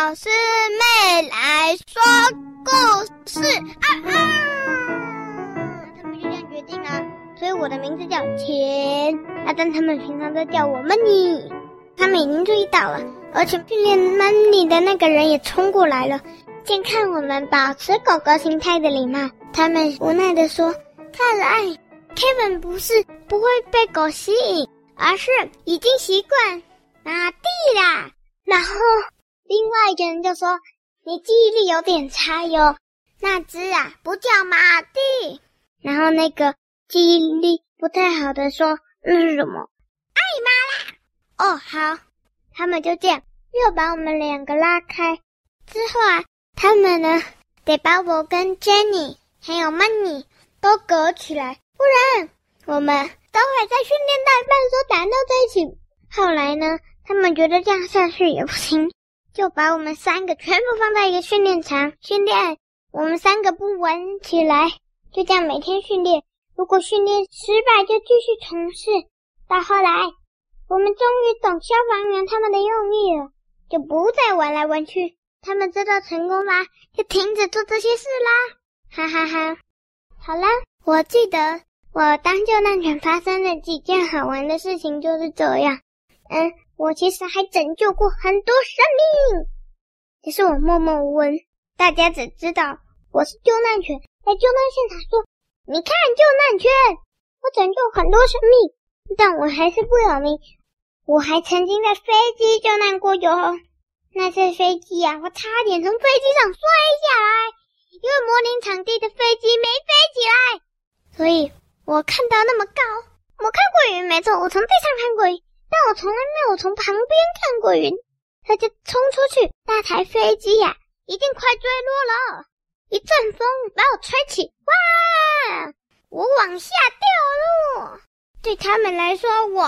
小师妹来说故事他们就这样决定了，所以我的名字叫钱但他们平常都叫我 Money。 他们已经注意到了，而且训练 Money 的那个人也冲过来了，见看我们保持狗狗形态的礼貌，他们无奈地说，看来 Kevin 不是不会被狗吸引，而是已经习惯马蒂啦。然后另外一个人就说，你记忆力有点差哟，那只不叫马蒂。然后那个记忆力不太好的说，那是什么？艾玛啦。哦，好。他们就这样又把我们两个拉开。之后他们呢得把我跟 Jenny 还有 Money 都隔起来，不然我们都会在训练到一半的时候打闹在一起。后来呢，他们觉得这样下去也不行，就把我们三个全部放在一个训练场训练。我们三个不玩起来，就这样每天训练，如果训练失败就继续重试。到后来我们终于懂消防员他们的用意了，就不再玩来玩去。他们知道成功啦，就停止做这些事啦，哈哈哈。好啦，我记得我当救难犬发生的几件好玩的事情就是这样。我其实还拯救过很多生命，只是我默默无闻，大家只知道我是救难犬，在救难现场说，你看救难犬，我拯救很多生命，但我还是不有名。我还曾经在飞机救难过哟，那次飞机我差点从飞机上摔下来，因为模拟场地的飞机没飞起来，所以我看到那么高，我看过云，没错，我从地上看过云，但我从来没有从旁边看过云。他就冲出去，那台飞机已经快坠落了，一阵风把我吹起，哇，我往下掉落。对他们来说，我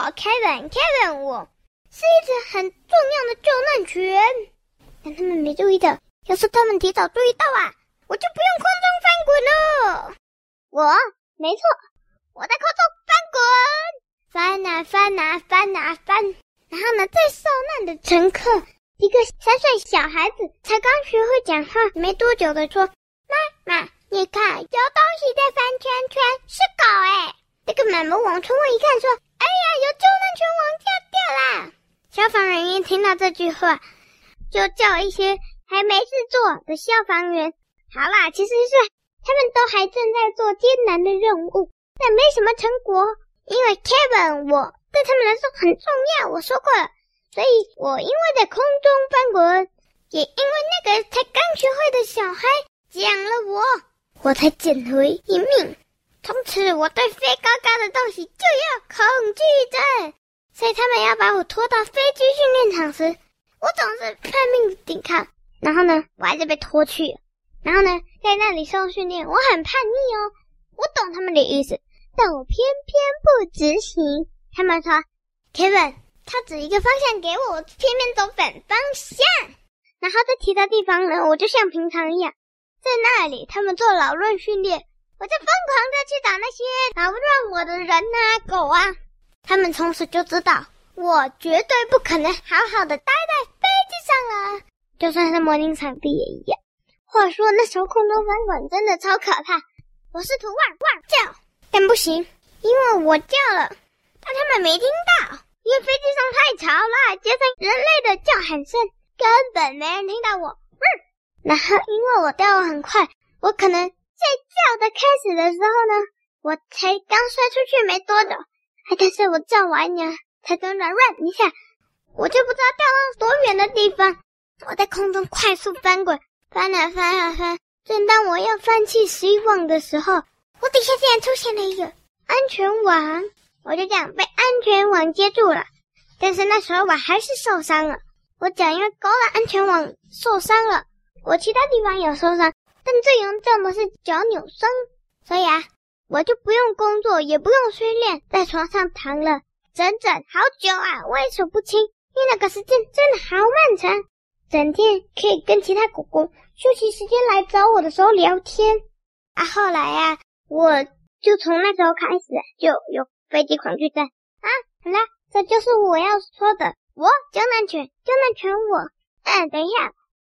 Kevin 我是一只很重要的救难犬，但他们没注意到，要是他们提早注意到我就不用空中翻滚了。没错，我在空中翻。然后呢，最受难的乘客，一个3岁小孩子，才刚学会讲话没多久的说，妈妈，你看，有东西在翻圈圈，是狗这个妈妈往窗外一看说，哎呀，有救难犬往下掉啦。消防人员听到这句话，就叫一些还没事做的消防员。好啦，其实是他们都还正在做艰难的任务，但没什么成果，因为 Kevin 我对他们来说很重要，我说过了，所以我因为在空中翻滚，也因为那个才刚学会的小孩讲了我才捡回一命。从此我对飞高高的东西就有恐惧症，所以他们要把我拖到飞机训练场时，我总是拼命抵抗，然后呢我还是被拖去了，然后呢在那里受训练，我很叛逆我懂他们的意思，但我偏偏不执行。他们说 Kevin 他指一个方向给我偏偏走反方向，然后在其他地方呢我就像平常一样，在那里他们做扰乱训练，我就疯狂的去打那些扰乱我的人狗他们从此就知道我绝对不可能好好的待在飞机上了，就算是模拟场地也一样。话说那时候空中翻滚真的超可怕，我试图汪汪叫，但不行，因为我叫了，但他们没听到，因为飞机上太吵了，加上人类的叫喊声，根本没人听到我。然后因为我掉得很快，我可能在叫的开始的时候呢，我才刚摔出去没多久，但是我叫完呀，才刚软一下，我就不知道掉到多远的地方。我在空中快速翻滚，翻，正当我要放弃希望的时候，我底下竟然出现了一个安全网，我就这样被安全网接住了。但是那时候我还是受伤了，我脚因为勾了安全网受伤了，我其他地方有受伤，但最严重的是脚扭伤，所以我就不用工作，也不用训练，在床上躺了整整好久我也数不清，因为那个时间真的好漫长，整天可以跟其他狗狗休息时间来找我的时候聊天后来我就从那时候开始就有飞机恐惧症好啦，这就是我要说的，我救难犬我等一下，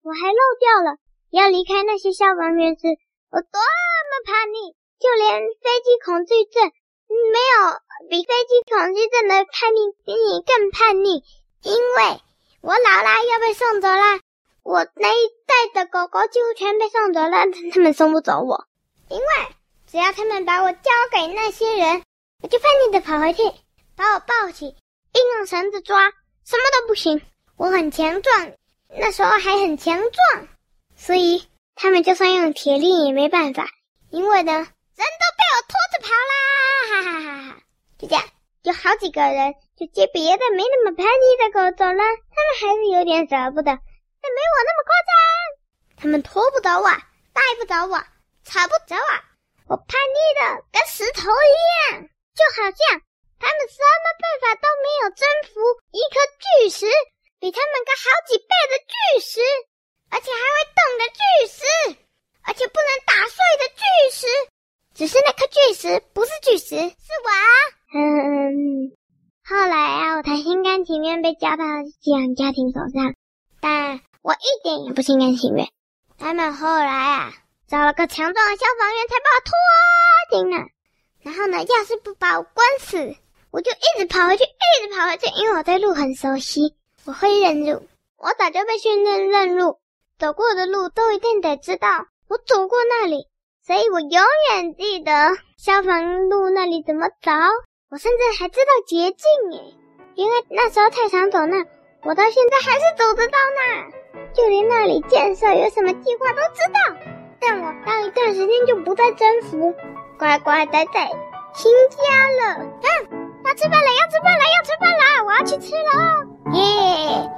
我还漏掉了要离开那些消防员时我多么叛逆，就连飞机恐惧症没有比飞机恐惧症的叛逆比你更叛逆，因为我老啦要被送走啦，我那一代的狗狗几乎全被送走了，他们送不走我，因为只要他们把我交给那些人，我就叛逆的跑回去，把我抱起，硬用绳子抓，什么都不行。我很强壮，那时候还很强壮，所以他们就算用铁链也没办法，因为呢，人都被我拖着跑啦，哈哈哈哈！就这样，有好几个人就接别的没那么叛逆的狗走了，他们还是有点舍不得，但没我那么夸张。他们拖不走我，带不走我，吵不走我叛逆的跟石头一样，就好像他们什么办法都没有征服一颗巨石，比他们个好几倍的巨石，而且还会动的巨石，而且不能打碎的巨石，只是那颗巨石不是巨石，是我。后来啊，我才心甘情愿被交到寄养家庭手上，但我一点也不心甘情愿。他们后来啊，找了个强壮的消防员才把我拖进了。然后呢，要是不把我关死，我就一直跑回去，因为我对路很熟悉，我会认路，我早就被训练认路，走过的路都一定得知道我走过那里，所以我永远记得消防路那里怎么走，我甚至还知道捷径耶，因为那时候太常走那，我到现在还是走得到那，就连那里建设有什么计划都知道，但我到一段时间就不再征服，乖乖待在新家了。要吃饭了，我要去吃了耶！